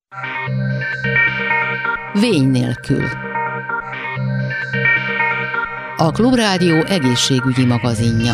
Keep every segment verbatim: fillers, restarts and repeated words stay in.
Vény nélkül. A Klubrádió egészségügyi magazinja.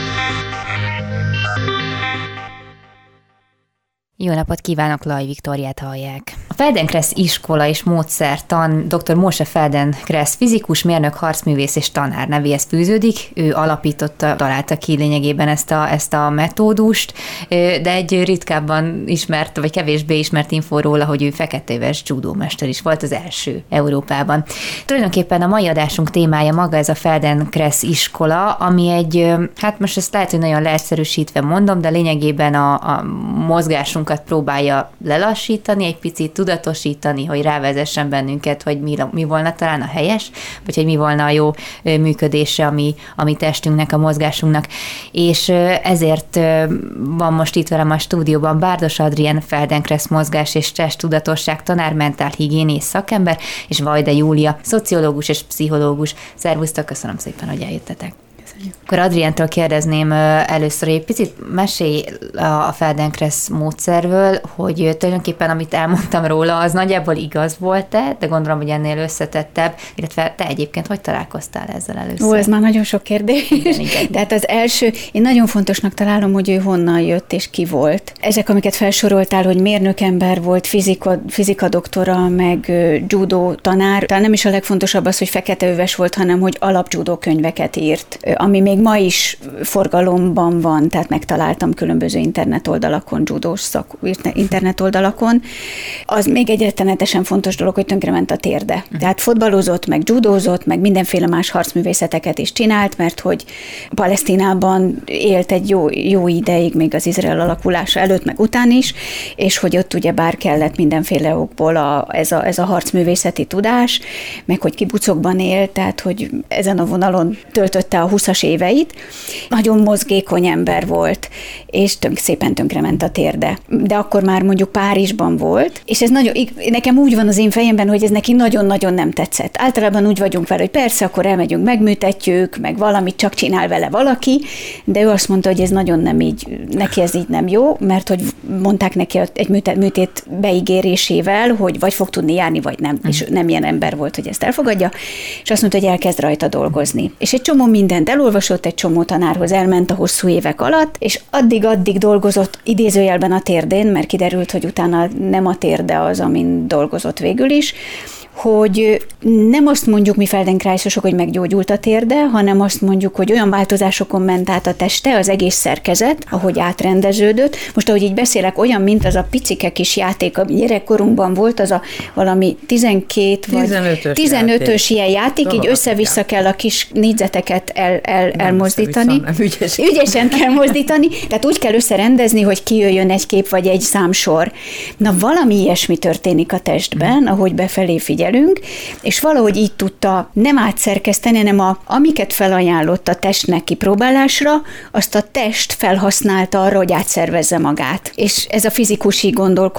Jó napot kívánok, Laj Viktóriát hallják. A Feldenkressz iskola és módszertan dr. Moshe Feldenkressz fizikus, mérnök, harcművész és tanár nevéhez fűződik. Ő alapította, találta ki lényegében ezt a, ezt a metódust, de egy ritkábban ismert, vagy kevésbé ismert infó róla, hogy ő feketéves judómester is volt, az első Európában. Tulajdonképpen a mai adásunk témája maga ez a Feldenkressz iskola, ami egy, hát most ezt lehet, hogy nagyon leegyszerűsítve mondom, de lényegében a, a mozgásunk próbálja lelassítani, egy picit tudatosítani, hogy rávezessen bennünket, hogy mi, mi volna talán a helyes, vagy hogy mi volna a jó működése a mi, a mi testünknek, a mozgásunknak. És ezért van most itt velem a stúdióban Bárdos Adrián, Feldenkressz mozgás és testtudatosság tanár, mentálhigiénész szakember, és Vajda Júlia, szociológus és pszichológus. Szervusztok, köszönöm szépen, hogy eljöttetek. Akkor Adriántól kérdezném először, hogy egy picit mesélj a Feldenkressz módszerről, hogy tulajdonképpen amit elmondtam róla, az nagyjából igaz volt-e, de gondolom, hogy ennél összetettebb, illetve te egyébként hogy találkoztál ezzel először? Ó, ez már nagyon sok kérdés. Igen, igen. Tehát az első, én nagyon fontosnak találom, hogy ő honnan jött és ki volt. Ezek, amiket felsoroltál, hogy mérnökember volt, fizika, fizika doktora, meg judó tanár, talán nem is a legfontosabb az, hogy feketeöves volt, hanem hogy alapjudó könyveket írt, ami még ma is forgalomban van, tehát megtaláltam különböző internetoldalakon, judós szak, internetoldalakon. Az még egy rettenetesen fontos dolog, hogy tönkrement a térde. Uh-huh. Tehát fotbalozott, meg judózott, meg mindenféle más harcművészeteket is csinált, mert hogy Palesztinában élt egy jó, jó ideig, még az Izrael alakulása előtt, meg után is, és hogy ott ugye bár kellett mindenféle okból a, ez, a, ez a harcművészeti tudás, meg hogy kibucokban élt, tehát hogy ezen a vonalon töltötte a huszas éveit. Nagyon mozgékony ember volt, és tönk, szépen tönkrement a térde. De akkor már mondjuk Párizsban volt, és ez nagyon, nekem úgy van az én fejemben, hogy ez neki nagyon-nagyon nem tetszett. Általában úgy vagyunk vele, hogy persze, akkor elmegyünk, megműtetjük, meg valamit csak csinál vele valaki, de ő azt mondta, hogy ez nagyon nem így, neki ez így nem jó, mert hogy mondták neki egy műtét, műtét beígérésével, hogy vagy fog tudni járni, vagy nem, mm. és nem ilyen ember volt, hogy ezt elfogadja, és azt mondta, hogy elkezd rajta dolgozni. És egy csomó mindent elolvasott, egy csomó tanárhoz elment a hosszú évek alatt, és addig-addig dolgozott idézőjelben a térdén, mert kiderült, hogy utána nem a térde az, amin dolgozott végül is, hogy nem azt mondjuk mi Feldenkresszosok, hogy meggyógyult a térde, hanem azt mondjuk, hogy olyan változásokon ment át a teste, az egész szerkezet, ahogy átrendeződött. Most, ahogy így beszélek, olyan, mint az a picike kis játék, ami gyerekkorunkban volt, az a valami tizenkét vagy tizenötös ilyen játék, Dolog így össze-vissza kell a kis négyzeteket el, el, elmozdítani. Nem ügyesen. Ügyesen kell mozdítani, tehát úgy kell összerendezni, hogy kijöjjön egy kép vagy egy számsor. Na, valami ilyesmi történik a testben, ahogy befelé figyel. És valahogy így tudta nem átszerkeszteni, hanem a, amiket felajánlott a testnek kipróbálásra, azt a test felhasználta arra, hogy átszervezze magát. És ez a fizikusi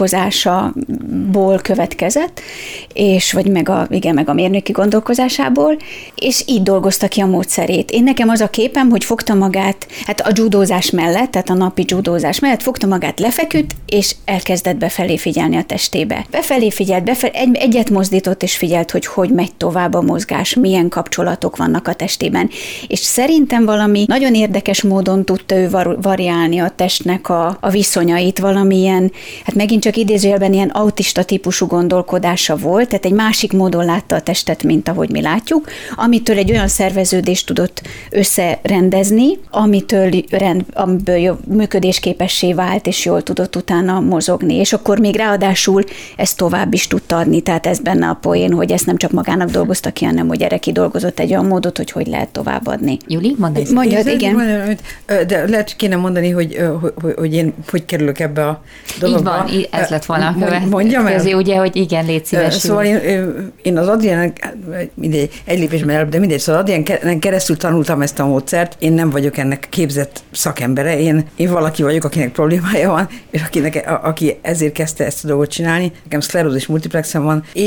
gondolkozásából következett, és vagy meg a, igen, meg a mérnöki gondolkozásából, és így dolgozta ki a módszerét. Én nekem az a képem, hogy fogta magát, hát a judózás mellett, tehát a napi judózás mellett fogta magát, lefeküdt, és elkezdett befelé figyelni a testébe. Befelé figyelt, befelé, egy, egyet mozdított, és figyelt, hogy hogy megy tovább a mozgás, milyen kapcsolatok vannak a testében. És szerintem valami nagyon érdekes módon tudta ő variálni a testnek a, a viszonyait, valamilyen, hát megint csak idézőjelben ilyen autista típusú gondolkodása volt, tehát egy másik módon látta a testet, mint ahogy mi látjuk, amitől egy olyan szerveződést tudott összerendezni, amitől rend, amiből működésképessé vált, és jól tudott utána mozogni. És akkor még ráadásul ezt tovább is tudta adni, tehát ez benne a poén, hogy ezt nem csak magának dolgozta ki, hanem hogy erre kidolgozott egy olyan módot, hogy hogy lehet továbbadni. Júli, mondd ezt. Mondjad, igen. Mondjad, de lehet, kéne mondani, hogy, hogy, hogy én hogy kerülök ebbe a dologba. Így van, ez lett volna a következő. Mondjam el? Ugye, hogy igen, légy szíves. Szóval én, én az Adrián, mindegy, egy lépésben előbb, de mindegy, szóval Adrián keresztül tanultam ezt a módszert. Én nem vagyok ennek képzett szakembere, én, én valaki vagyok, akinek problémája van, és akinek, a, aki ezért kezdte ezt a dolgot csinálni. Nekem szklerózis multiplexem van. Éveken keresztül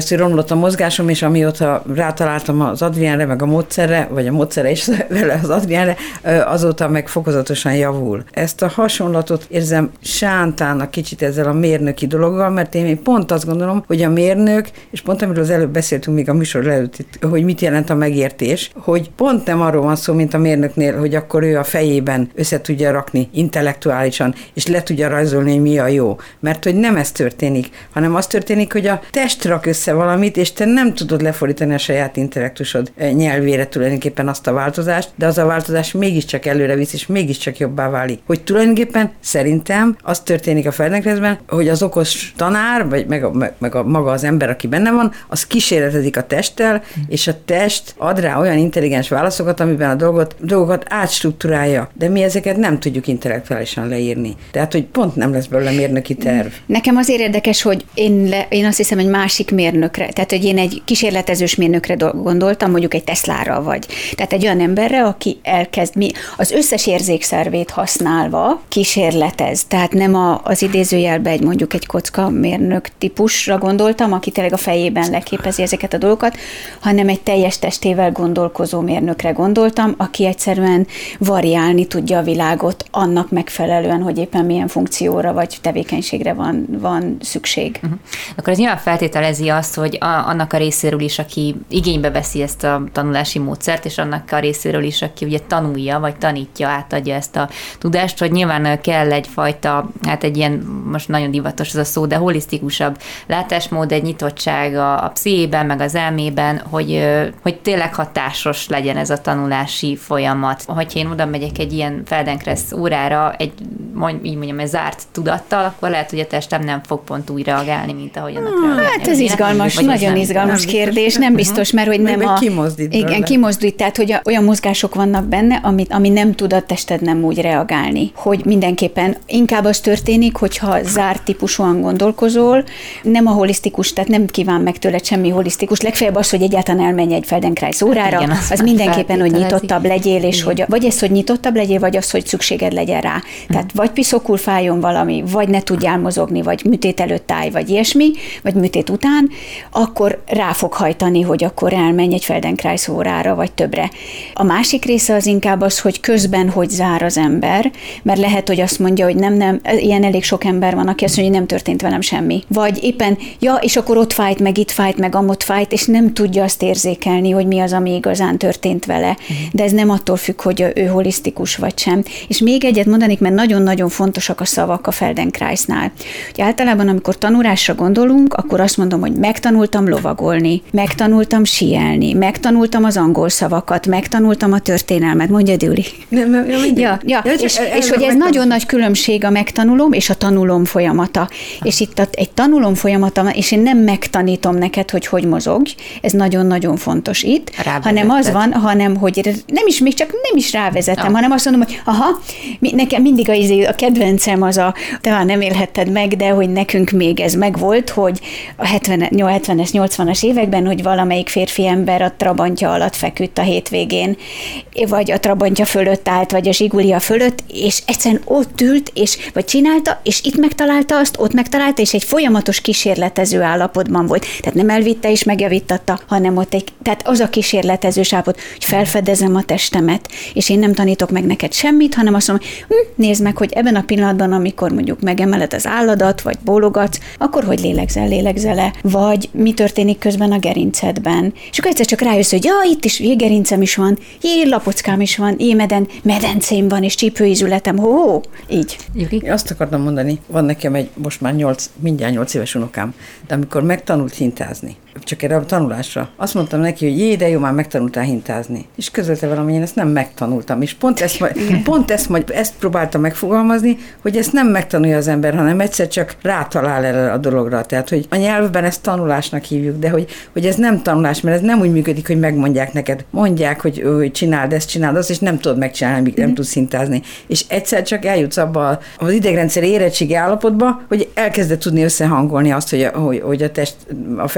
keresztül romlott a mozgásom, és amióta rátaláltam az Adrienre, meg a módszerre, vagy a módszerre is vele az Adrienre, azóta meg fokozatosan javul. Ezt a hasonlatot érzem sántának kicsit ezzel a mérnöki dologgal, mert én pont azt gondolom, hogy a mérnök, és pont amiről az előbb beszéltünk még a műsor előtt, hogy mit jelent a megértés, hogy pont nem arról van szó, mint a mérnöknél, hogy akkor ő a fejében össze tudja rakni intellektuálisan, és le tudja rajzolni, hogy mi a jó. Mert hogy nem ez történik, hanem az történik, hogy a test rak össze valamit, és te nem tudod lefordítani a saját intellektusod nyelvére tulajdonképpen azt a változást, de az a változás mégiscsak előre visz, és mégiscsak jobbá válik. Hogy tulajdonképpen szerintem az történik a Feldenkreszben, hogy az okos tanár, vagy meg a, meg, meg a maga az ember, aki benne van, az kísérletezik a testtel, és a test ad rá olyan intelligens válaszokat, amiben a dolgot, dolgokat átstruktúrálja, de mi ezeket nem tudjuk intellektuálisan leírni. Tehát, hogy pont nem lesz belőle mérnöki terv. Nekem azért érdekes, hogy én, le, én azt hiszem, egy másik mérnökre, tehát, hogy én egy kísérletezős mérnökre gondoltam, mondjuk egy Teslára vagy. Tehát egy olyan emberre, aki elkezd mi az összes érzékszervét használva kísérletez. Tehát nem a, az idézőjelbe egy mondjuk egy kocka mérnök típusra gondoltam, aki tényleg a fejében leképezi ezeket a dolgokat, hanem egy teljes testével gondolkozó mérnökre gondoltam, aki egyszerűen variálni tudja a világot annak megfelelően, hogy éppen milyen funkcióra vagy tevékenységre van, van szükség. Uh-huh. Akkor ez nyilván feltételezi azt, hogy a, annak a részéről is, aki igénybe veszi ezt a tanulási módszert, és annak a részéről is, aki ugye tanulja, vagy tanítja, átadja ezt a tudást, hogy nyilván kell egyfajta, hát egy ilyen, most nagyon divatos ez a szó, de holisztikusabb látásmód, egy nyitottság a, a pszichében, meg az elmében, hogy, hogy tényleg hatásos legyen ez a tanulási folyamat. Hogyha én oda megyek egy ilyen Feldenkressz órára, egy, így mondjam, egy zárt tudattal, akkor lehet, hogy a testem nem fog pont úgy reagálni, mint ahogy annak reagálni. Hát ez izgalmas, vagy nagyon izgalmas nem kérdés, biztos, nem biztos, mert hogy nem a... Kimozdít igen, bele. kimozdít, tehát hogy a, olyan mozgások vannak benne, amit, ami nem tud a tested nem úgy reagálni. Hogy mindenképpen inkább az történik, hogyha zárt típusúan gondolkozol, nem a holisztikus, tehát nem kíván meg tőled semmi holisztikus, legfeljebb az, hogy egyáltalán elmenj egy Feldenkrais órára, igen, az, az mindenképpen, hogy nyitottabb legyél, és igen. hogy vagy ez, hogy nyitottabb legyél, vagy az, hogy szükséged legyen rá. Tehát vagy piszokul fájjon valami, vagy ne tudjál mozogni, vagy műtét előtt állj, vagy ilyesmi, vagy műtét után, akkor rá fog hajtani, hogy akkor elmenj egy Feldenkrais órára, vagy többre. A másik része az inkább az, hogy közben hogy zár az ember, mert lehet, hogy azt mondja, hogy nem, nem, ilyen elég sok ember van, aki azt mondja, hogy nem történt velem semmi. Vagy éppen, ja, és akkor ott fájt, meg itt fájt, meg amott fájt, és nem tudja azt érzékelni, hogy mi az, ami igazán történt vele. Uh-huh. De ez nem attól függ, hogy ő holisztikus vagy sem. És még egyet mondanék, mert nagyon-nagyon fontosak a szavak a Feldenkraisnál. Hogy általában, amikor tanulásra gondolunk, akkor azt mondom, hogy megtanultam lovagolni, megtanultam síelni, megtanultam az angol szavakat, megtanultam a történelmet. Mondja, Gyuri. Nem, nem, nem, ja, ja, ja, és, és hogy ez nagyon nagy különbség a megtanulom és a tanulom folyamata. És itt a, egy tanulom folyamata, és én nem megtanítom neked, hogy hogy mozogj, ez nagyon-nagyon fontos itt, rávezetted. Hanem az van, hanem, hogy nem is, még csak nem is rávezetem, ja. hanem azt mondom, hogy aha, nekem mindig a, a kedvencem az a, te már nem élhetted meg, de hogy nekünk még ez megvolt, hogy a hetvenes, nyolcvanas években, hogy valamelyik férfi ember a trabantja alatt feküdt a hétvégén, vagy a trabantja fölött állt, vagy a zsigulia fölött, és egyszerűen ott ült, és vagy csinálta, és itt megtalálta azt, ott megtalálta, és egy folyamatos kísérletező állapotban volt. Tehát nem elvitte és megjavítatta, hanem ott egy, tehát az a kísérletezős állapot, hogy felfedezem a testemet, és én nem tanítok meg neked semmit, hanem azt mondom, hm, nézd meg, hogy ebben a pillanatban, amikor mondjuk megemeled az álladat, vagy bólogatsz, akkor hogy lélegzel, lélegzel-e, vagy mi történik közben a gerincedben. És akkor egyszer csak rájössz, hogy ja, itt is jé, gerincem is van, jé, lapockám is van, jé, meden, medencém van, és csípőízületem, hó, így. Én azt akartam mondani, van nekem egy most már nyolc, mindjárt nyolc éves unokám, de amikor megtanult hintázni, csak erre a tanulásra, azt mondtam neki, hogy jé, de jó, már megtanultál hintázni. És közölte velem, hogy én ezt nem megtanultam. És pont ezt, pont ezt, majd, ezt próbáltam megfogalmazni, hogy ezt nem megtanulja az ember, hanem egyszer csak rátalál erre a dologra. Tehát, hogy a nyelvben ezt tanulásnak hívjuk, de hogy, hogy ez nem tanulás, mert ez nem úgy működik, hogy megmondják neked. Mondják, hogy, hogy csináld ezt, csináld azt, és nem tudod megcsinálni, amíg nem tudsz hintázni. És egyszer csak eljutsz abba az idegrendszer érettségi állapotba, hogy elkezded tudni összehangolni azt, hogy a, hogy, hogy a, test, a felső test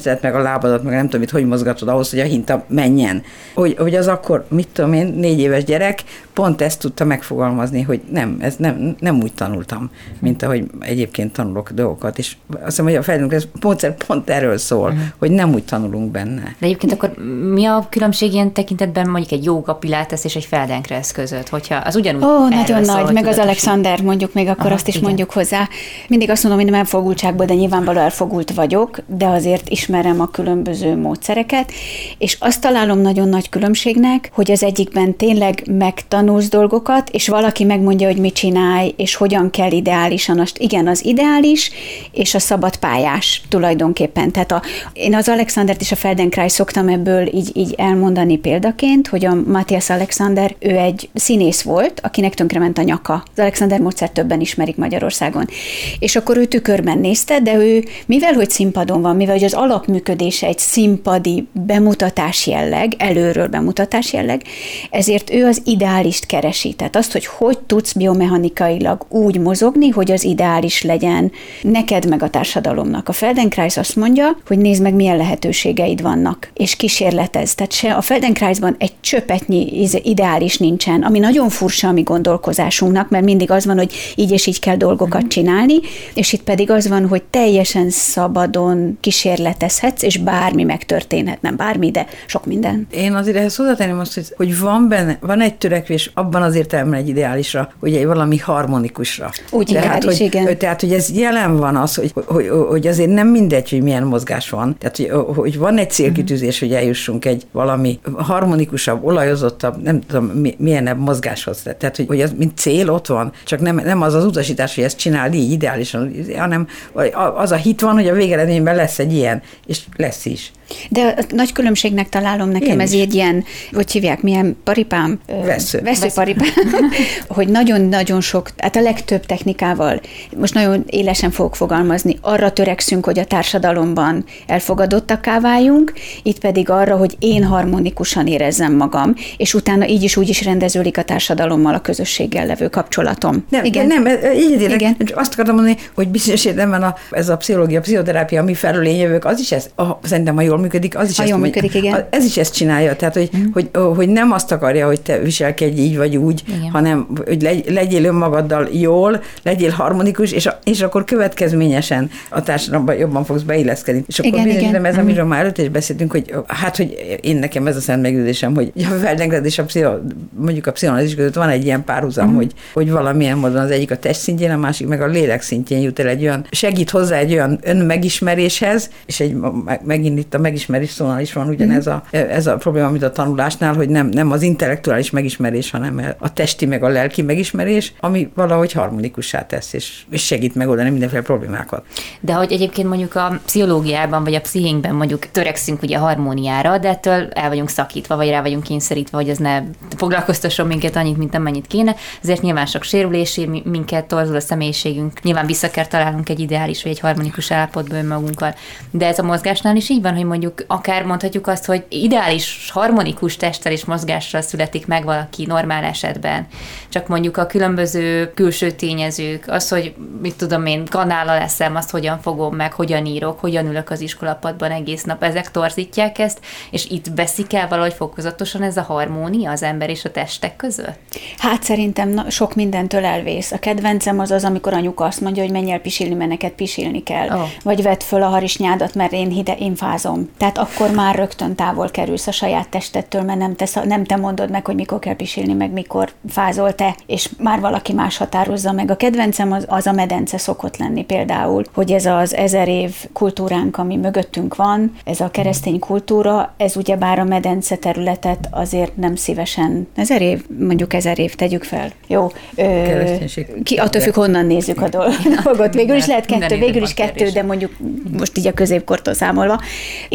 testedet, meg a lábadat, meg nem tudom mit, hogy mozgatod ahhoz, hogy a hinta menjen. Hogy, hogy az akkor, mit tudom én, négy éves gyerek pont ezt tudta megfogalmazni, hogy nem, ez nem, nem úgy tanultam, mint ahogy egyébként tanulok dolgokat. És azt hiszem, hogy a Feldenkrais módszer pont erről szól, uh-huh. hogy nem úgy tanulunk benne. De egyébként akkor mi a különbség ilyen tekintetben mondjuk egy jóga, pilates és egy Feldenkrais között, hogyha az ugyanúgy Ó, nagyon szól, nagy, meg az Alexander, így... mondjuk még akkor Aha, azt is igen. mondjuk hozzá. Mindig azt mondom, hogy nem elfogultságból, de nyilvánvalóan elfogult vagyok, de azért ismerem a különböző módszereket, és azt találom nagyon nagy különbségnek, hogy az egyikben tényleg megtanulsz dolgokat, és valaki megmondja, hogy mit csinálj, és hogyan kell ideálisan. Azt, igen, az ideális, és a szabad pályás tulajdonképpen. Tehát a, én az Alexandert és a Feldenkrais szoktam ebből így, így elmondani példaként, hogy a Matthias Alexander, ő egy színész volt, akinek tönkrement a nyaka. Az Alexander módszert többen ismerik Magyarországon. És akkor ő tükörben nézte, de ő, mivel hogy színpadon van, mivel hogy az alapműködése egy színpadi bemutatás jelleg, előről bemutatás jelleg, ezért ő az ideálist keresi. Tehát azt, hogy hogy tudsz biomechanikailag úgy mozogni, hogy az ideális legyen neked meg a társadalomnak. A Feldenkrais azt mondja, hogy nézd meg, milyen lehetőségeid vannak, és kísérletez. Tehát se a Feldenkraisban egy csöpetnyi ideális nincsen, ami nagyon furcsa a mi gondolkozásunknak, mert mindig az van, hogy így és így kell dolgokat csinálni, és itt pedig az van, hogy teljesen szabadon kísérletezhetsz, és bármi megtörténhet, nem bármi, de sok minden. Én azért ehhez hozzátenném azt, hogy, hogy van benne, van egy törekvés abban az értelemben egy ideálisra, hogy egy valami harmonikusra. Úgy tehát, ideális, hogy, igen. Tehát, hogy ez jelen van az, hogy, hogy, hogy azért nem mindegy, hogy milyen mozgás van. Tehát, hogy, hogy van egy célkitűzés, hogy eljussunk egy valami harmonikusabb, olajozottabb, nem tudom, milyenebb mozgáshoz. Tehát, hogy, hogy az mint cél ott van, csak nem, nem az az utasítás, hogy ezt csináld így ideálisan, hanem az a hit van, hogy a végeredményben lesz egy ilyen, és lesz is. De a nagy különbségnek találom nekem, Én ez is. egy ilyen, hogy hívják, milyen paripám? Vesző. Veszőparipám. Hogy nagyon-nagyon sok, hát a legtöbb technikával, most nagyon élesen fogok fogalmazni, arra törekszünk, hogy a társadalomban elfogadottakká váljunk, itt pedig arra, hogy én harmonikusan érezzem magam, és utána így is úgy is rendeződik a társadalommal, a közösséggel levő kapcsolatom. Nem, igen. nem, így érek, Igen. azt akartam mondani, hogy bizonyos értelemben a, ez a pszichológia, a pszichoterápia, ami felől én jövök, az is ez, a, szerintem, ha jól működik, az is ha ezt jól mondja, működik, igen. Ez is ezt csinálja, tehát, hogy, mm. hogy, hogy nem azt akarja, hogy te viselkedj így vagy úgy, igen. hanem hogy legy, legyél önmagaddal jól, legyél harmonikus, és, a, és akkor következményesen a társadalomban jobban fogsz beilleszkedni. És akkor bizonyos, ez, amiről már előtt is beszéltünk, hogy hát, hogy én nekem ez a szent meggyőződésem, hogy a Feldenkrais és a pszicho, mondjuk a pszichoanalízis között van egy ilyen párhuzam, mm. hogy, hogy valamilyen módon az egyik a test szintjén, a másik meg a lélek szintjén jut el egy olyan, segít hozzá egy olyan önmegismeréshez, és egy, megint itt a megismerés szónál is van ugyanez a, ez a probléma, amit a tanulásnál, hogy nem, nem az intellektuális megismerés, hanem a testi meg a lelki megismerés, ami valahogy harmonikussá tesz, és, és segít megoldani mindenféle problémákat. De hogy egyébként mondjuk a pszichológiában, vagy a pszichénkben mondjuk törekszünk ugye a harmóniára, de ettől el vagyunk szakítva, vagy rá vagyunk kényszerítve, hogy ez ne foglalkoztasson minket annyit, mint amennyit kéne, ezért nyilván sok sérülés ér minket, torzul a személyiségünk, nyilván vissza kell találnunk egy ideális, vagy egy harmonikus állapotba önmagunkkal. De ez a mozgásnál is így van, hogy mondjuk akár mondhatjuk azt, hogy ideális, harmonikus testtel és mozgással születik meg valaki normál esetben. Csak mondjuk a különböző külső tényezők, az, hogy mit tudom én, kanála leszem, azt hogyan fogom meg, hogyan írok, hogyan ülök az iskolapadban egész nap, ezek torzítják ezt, és itt veszik el valahogy fokozatosan ez a harmónia az ember és a testek között? Hát szerintem na, sok mindentől elvész. A kedvencem az az, amikor anyuka azt mondja, hogy menj el pisilni, mert neked pisilni kell. Oh. Vagy vedd föl a harisnyádat, mert én, hide, én fázom. Tehát akkor már rögtön távol kerülsz a saját testettől, mert nem te, nem te mondod meg, hogy mikor kell pisilni, meg mikor fázol te, és már valaki más határozza meg. A kedvencem az, az a medence szokott lenni például, hogy ez az ezer év kultúránk, ami mögöttünk van, ez a keresztény kultúra, ez ugyebár a medence területet azért nem szívesen, ezer év, mondjuk ezer év, tegyük fel. Jó. Ö, ki, attól függ, honnan nézzük a dolgot. Végül is lehet kettő, végül is kettő, de mondjuk most így a középkortól számolva.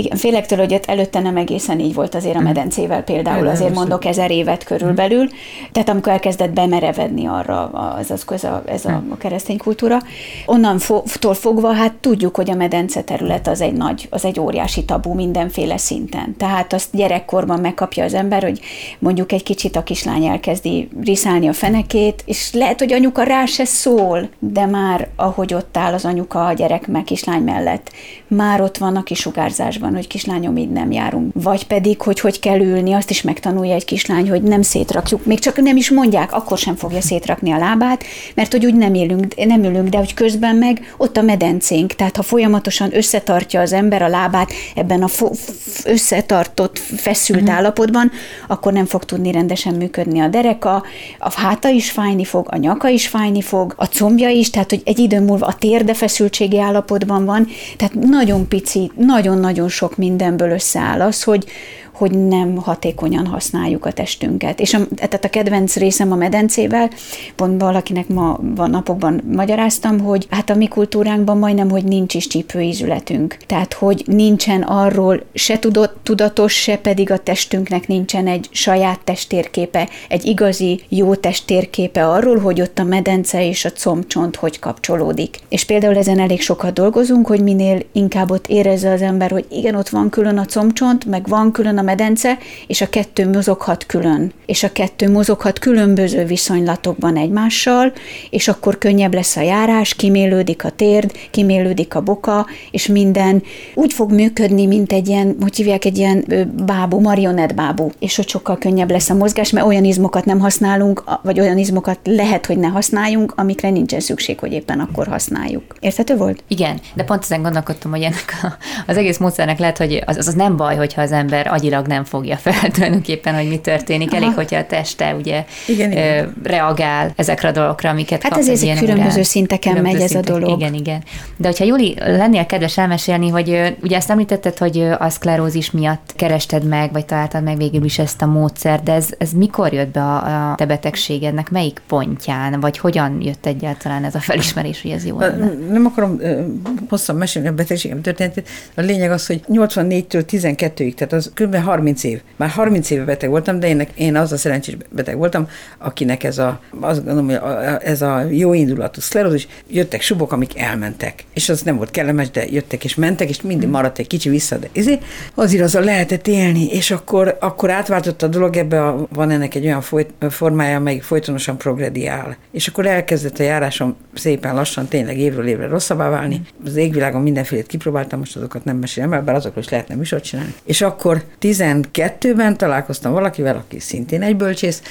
Igen, félek tőle, hogy előtte nem egészen így volt azért a medencével például, azért mondok ezer évet körülbelül, tehát amikor elkezdett bemerevedni arra az, az, az a, ez a, a keresztény kultúra. Onnantól fogva hát tudjuk, hogy a medence terület az egy nagy, az egy óriási tabu mindenféle szinten. Tehát azt gyerekkorban megkapja az ember, hogy mondjuk egy kicsit a kislány elkezdi riszálni a fenekét, és lehet, hogy anyuka rá se szól, de már ahogy ott áll az anyuka a gyerek meg kislány mellett, már ott van a kisugárzásban, hogy kislányom, így nem járunk. Vagy pedig, hogy hogy kell ülni, azt is megtanulja egy kislány, hogy nem szétrakjuk. Még csak nem is mondják, akkor sem fogja szétrakni a lábát, mert hogy úgy nem ülünk, nem ülünk, de hogy közben meg ott a medencénk. Tehát ha folyamatosan összetartja az ember a lábát ebben a fo- összetartott, feszült uh-huh. állapotban, akkor nem fog tudni rendesen működni a dereka, a háta is fájni fog, a nyaka is fájni fog, a combja is, tehát hogy egy idő múlva a térde feszültségi állapotban van, tehát nagyon pici, nagyon-nagyon sok mindenből összeáll az, hogy hogy nem hatékonyan használjuk a testünket. És a, tehát a kedvenc részem a medencével, pont valakinek ma van napokban magyaráztam, hogy hát a mi kultúránkban majdnem, hogy nincs is csípőízületünk. Tehát, hogy nincsen arról se tudott, tudatos, se pedig a testünknek nincsen egy saját testtérképe, egy igazi jó testtérképe arról, hogy ott a medence és a combcsont hogy kapcsolódik. És például ezen elég sokat dolgozunk, hogy minél inkább ott érezze az ember, hogy igen, ott van külön a combcsont, meg van külön a medence, és a kettő mozoghat külön. És a kettő mozoghat különböző viszonylatokban egymással, és akkor könnyebb lesz a járás, kimélődik a térd, kimélődik a boka, és minden úgy fog működni, mint egy ilyen, hogy hívják, egy ilyen bábú, marionett bábú. És hogy sokkal könnyebb lesz a mozgás, mert olyan izmokat nem használunk, vagy olyan izmokat lehet, hogy ne használjunk, amikre nincsen szükség, hogy éppen akkor használjuk. Érthető volt? Igen, de pont ezen gondolkodtam, hogy ennek a, az egész módszernek lehet, hogy az, az nem baj, hogyha az ember agyilag nem fogja fel tulajdonképpen, hogy mi történik. Elég, hogyha a teste ugye igen, igen. Ö, reagál ezekre a dolgokra, amiket hát kap. Hát ez egy különböző órán. szinteken különböző megy ez szintek. a dolog. Igen, igen. De hogyha Júli, lennél kedves elmesélni, hogy ugye ezt említetted, hogy a szklerózis miatt kerested meg, vagy találtad meg végül is ezt a módszert, de ez, ez mikor jött be a, a te betegségednek, melyik pontján, vagy hogyan jött egyáltalán ez a felismerés, hogy ez jó lenne? Nem akarom hosszan mesélni a betegségem történetét. A lényeg az, hogy nyolcvannégytől tizenkettőig, tehát az kb. harminc év. Már harminc éve beteg voltam, de én, én az a szerencsés beteg voltam, akinek ez a, azt gondolom, hogy a, ez a jó indulatú szklerózis, jöttek subok, amik elmentek. És az nem volt kellemes, de jöttek és mentek, és mindig maradt egy kicsi vissza, de ezért azért azzal lehetett élni, és akkor, akkor átváltott a dolog, ebbe a, van ennek egy olyan folyt, formája, amelyik folytonosan progrediál. És akkor elkezdett a járásom szépen lassan, tényleg évről évre rosszabbá válni. Az égvilágon mindenfélét kipróbáltam, most azokat nem mesélem el, bár azokról is lehetne műsort csinálni. És akkor tizenkettőben találkoztam valakivel, aki szintén egy bölcsész,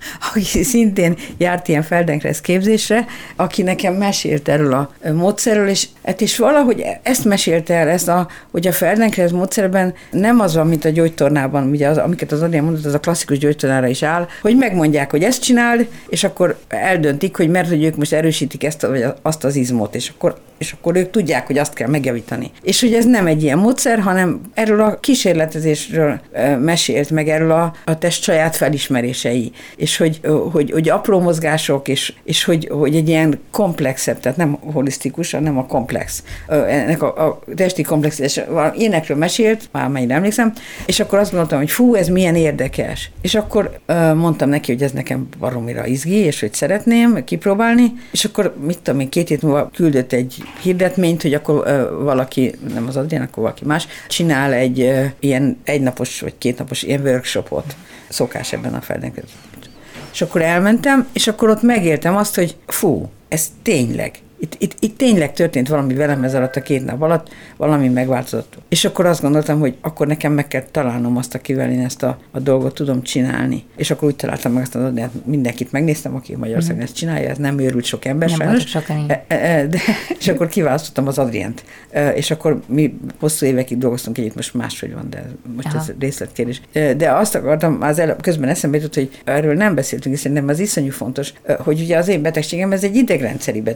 aki szintén járt ilyen Feldenkrais képzésre, aki nekem mesélt erről a módszerről, és, és valahogy ezt mesélte el, ezt a, hogy a Feldenkrais módszerben nem az van, mint a gyógytornában, ugye az, amiket az Adrián mondott, az a klasszikus gyógytornára is áll, hogy megmondják, hogy ezt csináld, és akkor eldöntik, hogy mert hogy ők most erősítik ezt vagy azt az izmot, és akkor, és akkor ők tudják, hogy azt kell megjavítani. És hogy ez nem egy ilyen módszer, hanem erről a kísérletezésről mesélt, meg erről a, a test saját felismerései, és hogy, hogy, hogy apró mozgások, és, és hogy, hogy egy ilyen komplexebb, tehát nem holisztikus, hanem a komplex. Ennek a, a testi komplexitás, ilyenekről mesélt, már mennyire emlékszem, és akkor azt gondoltam, hogy fú, ez milyen érdekes. És akkor uh, mondtam neki, hogy ez nekem baromira izgi, és hogy szeretném kipróbálni, és akkor mit tudom én, két hét múlva küldött egy hirdetményt, hogy akkor uh, valaki, nem az Adrián, akkor valaki más, csinál egy uh, ilyen egynapos vagy kétnapos ilyen workshopot. Szokás ebben a Feldenkrais. És akkor elmentem, és akkor ott megéltem azt, hogy fú, ez tényleg. Itt, itt, itt tényleg történt valami velem ez alatt a két nap alatt, valami megváltozott. És akkor azt gondoltam, hogy akkor nekem meg kell találnom azt, akivel én ezt a, a dolgot tudom csinálni. És akkor úgy találtam meg azt a dolgot, mindenkit megnéztem, aki Magyarországon ezt csinálja, ez nem őrült sok ember, nem sajnos. Sokan e, e, de, és akkor kiválasztottam az Adriánt. E, és akkor mi hosszú évekig dolgoztunk együtt, most máshogy van, de most Aha. ez részletkérdés. E, de azt akartam, az előbb közben eszembe jutott, hogy erről nem beszéltünk, és szerintem az iszonyú fontos, hogy ugye az én betegségem, ez egy idegrendszeri betegség. Igen.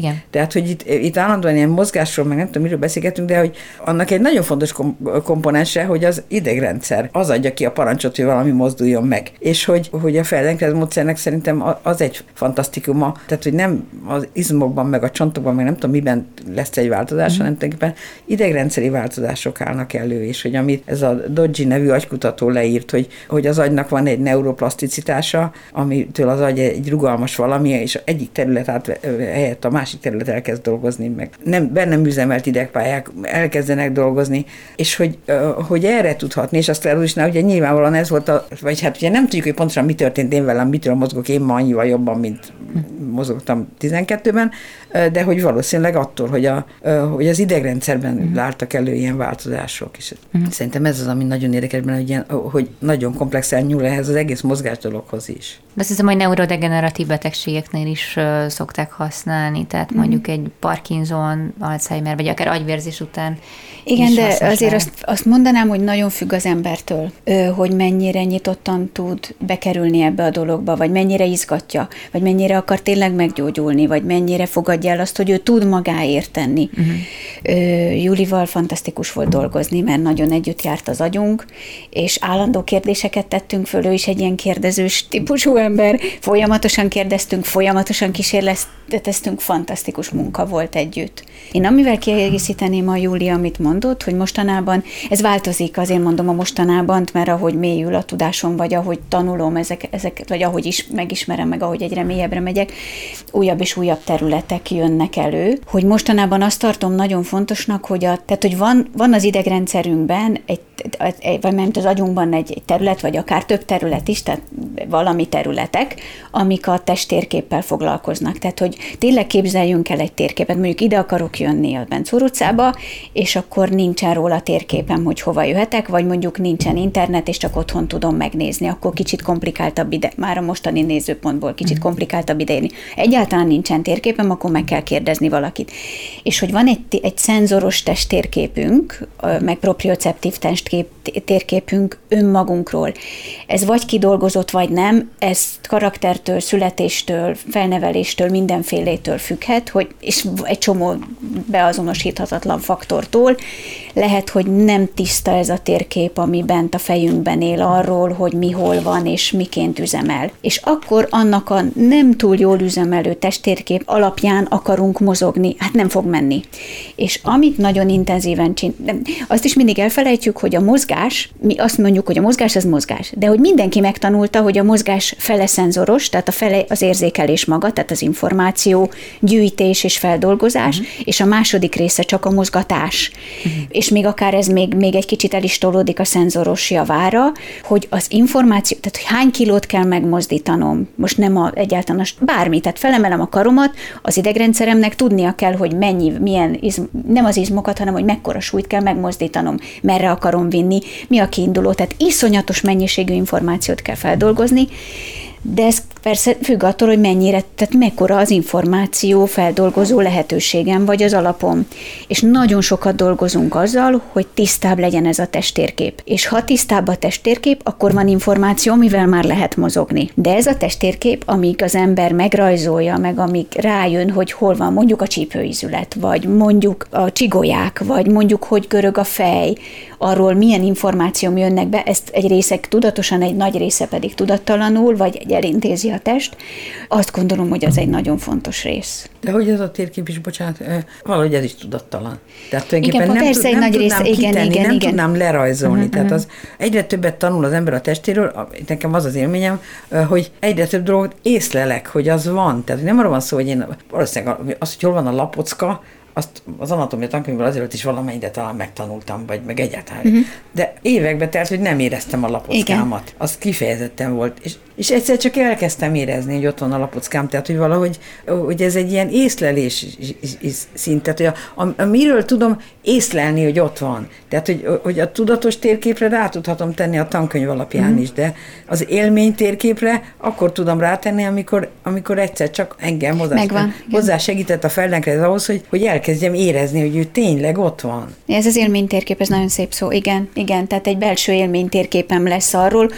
Igen. Tehát, hogy itt, itt állandóan ilyen mozgásról, meg nem tudom, miről beszélgetünk, de hogy annak egy nagyon fontos kom- komponense, hogy az idegrendszer az adja ki a parancsot, hogy valami mozduljon meg. És hogy, hogy a Feldenkrais módszernek szerintem az egy fantasztikuma, tehát, hogy nem az izmokban, meg a csontokban, meg nem tudom, miben lesz egy változás, mm. hanem tulajdonképpen idegrendszeri változások állnak elő, és hogy amit ez a Dodgy nevű agykutató leírt, hogy, hogy az agynak van egy neuroplaszticitása, amitől az agy egy rugalmas valami, és egyik terület át, helyett a másik terület elkezd dolgozni, meg nem, bennem üzemelt idegpályák elkezdenek dolgozni, és hogy, hogy erre tudhatni, és a szklerózisnál ugye nyilvánvalóan ez volt, a, vagy hát ugye nem tudjuk, hogy pontosan mi történt én velem, mitől mozgok én ma annyival jobban, mint mozogtam tizenkettőben, de hogy valószínűleg attól, hogy, a, hogy az idegrendszerben uh-huh. láttak elő ilyen változások. És uh-huh. szerintem ez az, ami nagyon érdekes benne, hogy, ilyen, hogy nagyon komplexen nyúl ehhez az egész mozgás dologhoz is. De azt hiszem, hogy neurodegeneratív betegségeknél is uh, szokták használni, tehát uh-huh. mondjuk egy Parkinson, Alzheimer, vagy akár agyvérzés után. Igen, de azért azt, azt mondanám, hogy nagyon függ az embertől, hogy mennyire nyitottan tud bekerülni ebbe a dologba, vagy mennyire izgatja, vagy mennyire akar tényleg meggyógyulni, vagy mennyire fogadja el azt, hogy ő tud magáért tenni. Uh-huh. Julival fantasztikus volt dolgozni, mert nagyon együtt járt az agyunk, és állandó kérdéseket tettünk föl, ő is egy ilyen kérdezős típusú ember, folyamatosan kérdeztünk, folyamatosan kísérleteztünk, fantasztikus munka volt együtt. Én amivel kiegészíteném a Júlia, amit mondott, hogy mostanában, ez változik, azért mondom a mostanában, mert ahogy mélyül a tudásom, vagy ahogy tanulom ezeket, ezeket, vagy ahogy is megismerem, meg ahogy egyre mélyebbre megyek, újabb és újabb területek jönnek elő, hogy mostanában azt tartom nagyon fontosnak, hogy, a, tehát, hogy van, van az idegrendszerünkben, egy, vagy mert az agyunkban egy, egy terület, vagy akár több terület is, tehát valami területek, amik a testtérképpel foglalkoznak. Tehát, hogy tényleg képzeljünk el egy térképet, mondjuk ide akarok jönni a Bencúr utcába, és akkor nincsen róla térképem, hogy hova jöhetek, vagy mondjuk nincsen internet, és csak otthon tudom megnézni, akkor kicsit komplikáltabb ide, már a mostani nézőpontból kicsit komplikáltabb ideérni. Egyáltalán nincsen térképem, akkor meg kell kérdezni valakit. És hogy van egy, egy szenzoros testtérképünk, meg proprioceptív testkép, térképünk önmagunkról. Ez vagy kidolgozott, vagy nem, ez karaktertől, születéstől, felneveléstől, mindenfélétől függhet, hogy, és egy csomó beazonosíthatatlan faktortól. Lehet, hogy nem tiszta ez a térkép, ami bent a fejünkben él arról, hogy mi hol van, és miként üzemel. És akkor annak a nem túl jól üzemelő testtérkép alapján akarunk mozogni, hát nem fog menni. És amit nagyon intenzíven csinálunk, azt is mindig elfelejtjük, hogy a mozgás, mi azt mondjuk, hogy a mozgás az mozgás, de hogy mindenki megtanulta, hogy a mozgás fele szenzoros, tehát a fele az érzékelés maga, tehát az információ, gyűjtés és feldolgozás, uh-huh. és a második része csak a mozgatás. Uh-huh. És még akár ez még, még egy kicsit el is tolódik a szenzoros javára, hogy az információ, tehát hogy hány kilót kell megmozdítanom, most nem a, egyáltalán bármi, tehát felemelem a karomat, az idegrendszeremnek tudnia kell, hogy mennyi, milyen, izm, nem az izmokat, hanem hogy mekkora súlyt kell megmozdítanom, merre akarom vinni, mi a kiinduló, tehát iszonyatos mennyiségű információt kell feldolgozni, de ez persze függ attól, hogy mennyire, tehát mekkora az információ feldolgozó lehetőségem, vagy az alapom. És nagyon sokat dolgozunk azzal, hogy tisztább legyen ez a testtérkép. És ha tisztább a testtérkép, akkor van információ, amivel már lehet mozogni. De ez a testtérkép, amíg az ember megrajzolja, meg amíg rájön, hogy hol van mondjuk a csípőizület, vagy mondjuk a csigolyák, vagy mondjuk, hogy görög a fej, arról milyen információk jönnek be, ezt egy része tudatosan, egy nagy része pedig tudattalanul, vagy egy elintézi a test, azt gondolom, hogy az egy nagyon fontos rész. De hogy ez a térkép is, bocsánat, valahogy ez is tudattalan. Tehát tulajdonképpen igen, nem, persze, tud, nem nagy tudnám része, kitenni, igen, igen, nem igen. tudnám lerajzolni. Uh-huh, Tehát az egyre többet tanul az ember a testéről, nekem az az élményem, hogy egyre több dolgot észlelek, hogy az van. Tehát nem arra van szó, hogy én valószínűleg az, hogy hol van a lapocka, azt az anatómia tankönyvből azért is valamennyire talán megtanultam, vagy meg egyáltalán. Uh-huh. De évekbe telt, hogy nem éreztem a lapockámat. Igen. Az kifejezetten volt. És, és egyszer csak elkezdtem érezni, hogy ott van a lapockám, tehát hogy valahogy hogy ez egy ilyen észlelés szint, tehát hogy a, a, a, miről tudom észlelni, hogy ott van. Tehát, hogy, hogy a tudatos térképre rá tudhatom tenni a tankönyv alapján uh-huh. is, de az élmény térképre akkor tudom rátenni, amikor, amikor egyszer csak engem hozzá, hozzá segített a Feldenkrais ahhoz, hogy, hogy elkezdjem érezni, hogy ő tényleg ott van. Ez az élménytérkép, ez nagyon szép szó, igen, igen, tehát egy belső élménytérképem lesz arról,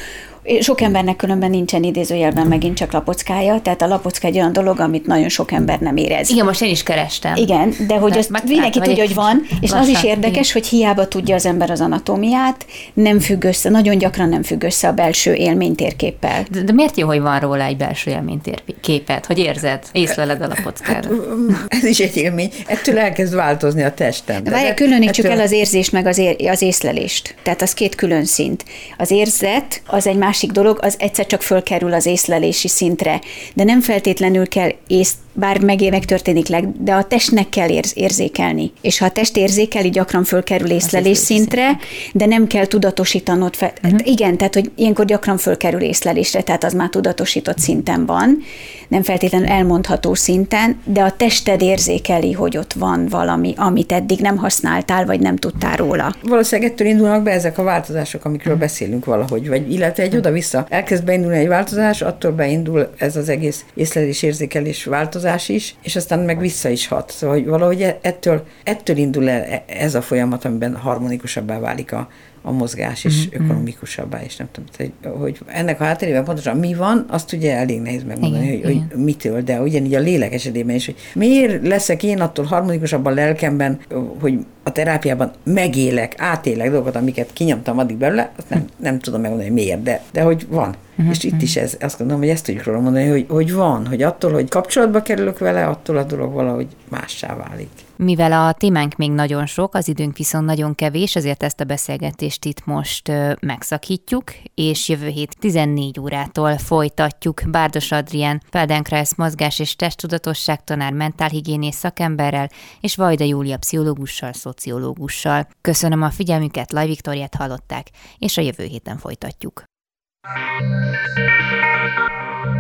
Sok embernek különben nincsen idézőjelben megint csak lapockája, tehát a lapocka egy olyan dolog, amit nagyon sok ember nem érez. Igen, most én is kerestem. Igen, de hogy azt mindenki tudja, hogy van, és lassan, az is érdekes, igen. hogy hiába tudja az ember az anatómiát, nem függ össze, nagyon gyakran nem függ össze a belső élménytérképpel. De, de miért jó, hogy van róla egy belső élménytérképet? Hogy érzed? Észleled a lapockára? Hát, ez is egy élmény. Ettől elkezd változni a testem. Várjál, különítsük ettől... el az érzést meg az, ér, az észlelést. Tehát az két külön szint. Az érzet, az egy másik dolog, az egyszer csak fölkerül az észlelési szintre, de nem feltétlenül kell ész, bár megévek történik leg, de a testnek kell érz, érzékelni. És ha a test érzékeli, gyakran fölkerül észlelés szintre, de nem kell tudatosítanod fel. Uh-huh. Igen, tehát, hogy ilyenkor gyakran fölkerül észlelésre, tehát az már tudatosított szinten van, nem feltétlenül elmondható szinten, de a tested érzékeli, hogy ott van valami, amit eddig nem használtál, vagy nem tudtál róla. Valószínűleg ettől indulnak be ezek a változások, amikről beszélünk valahogy, vagy illetve egy oda-vissza elkezd beindulni egy változás, attól beindul ez az egész észlelés-érzékelés változás is, és aztán meg vissza is hat. Szóval, hogy valahogy ettől, ettől indul el ez a folyamat, amiben harmonikusabbá válik a a mozgás is mm-hmm. ökonomikusabbá, és nem tudom, hogy, hogy ennek a hátterében pontosan mi van, azt ugye elég nehéz megmondani, igen, hogy, igen. hogy mitől, de ugyanígy a lélek esetében is, hogy miért leszek én attól harmonikusabb a lelkemben, hogy a terápiában megélek, átélek dolgokat, amiket kinyomtam addig belőle, azt nem, nem tudom megmondani, hogy miért, de, de hogy van. Uh-huh. És itt is ez, azt gondolom, hogy ezt tudjuk róla mondani, hogy, hogy van, hogy attól, hogy kapcsolatba kerülök vele, attól a dolog valahogy mássá válik. Mivel a témánk még nagyon sok, az időnk viszont nagyon kevés, ezért ezt a beszélgetést itt most ö, megszakítjuk, és jövő hét tizennégy órától folytatjuk Bárdos Adrián, Feldenkrais mozgás- és testtudatosság tanár, mentálhigiénész szakemberrel, és Vajda Júlia pszichológussal, szociológussal. Köszönöm a figyelmüket, Laj Viktóriát hallották, és a jövő héten folytatjuk.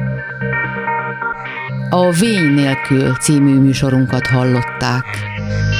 A Vény nélkül című műsorunkat hallották.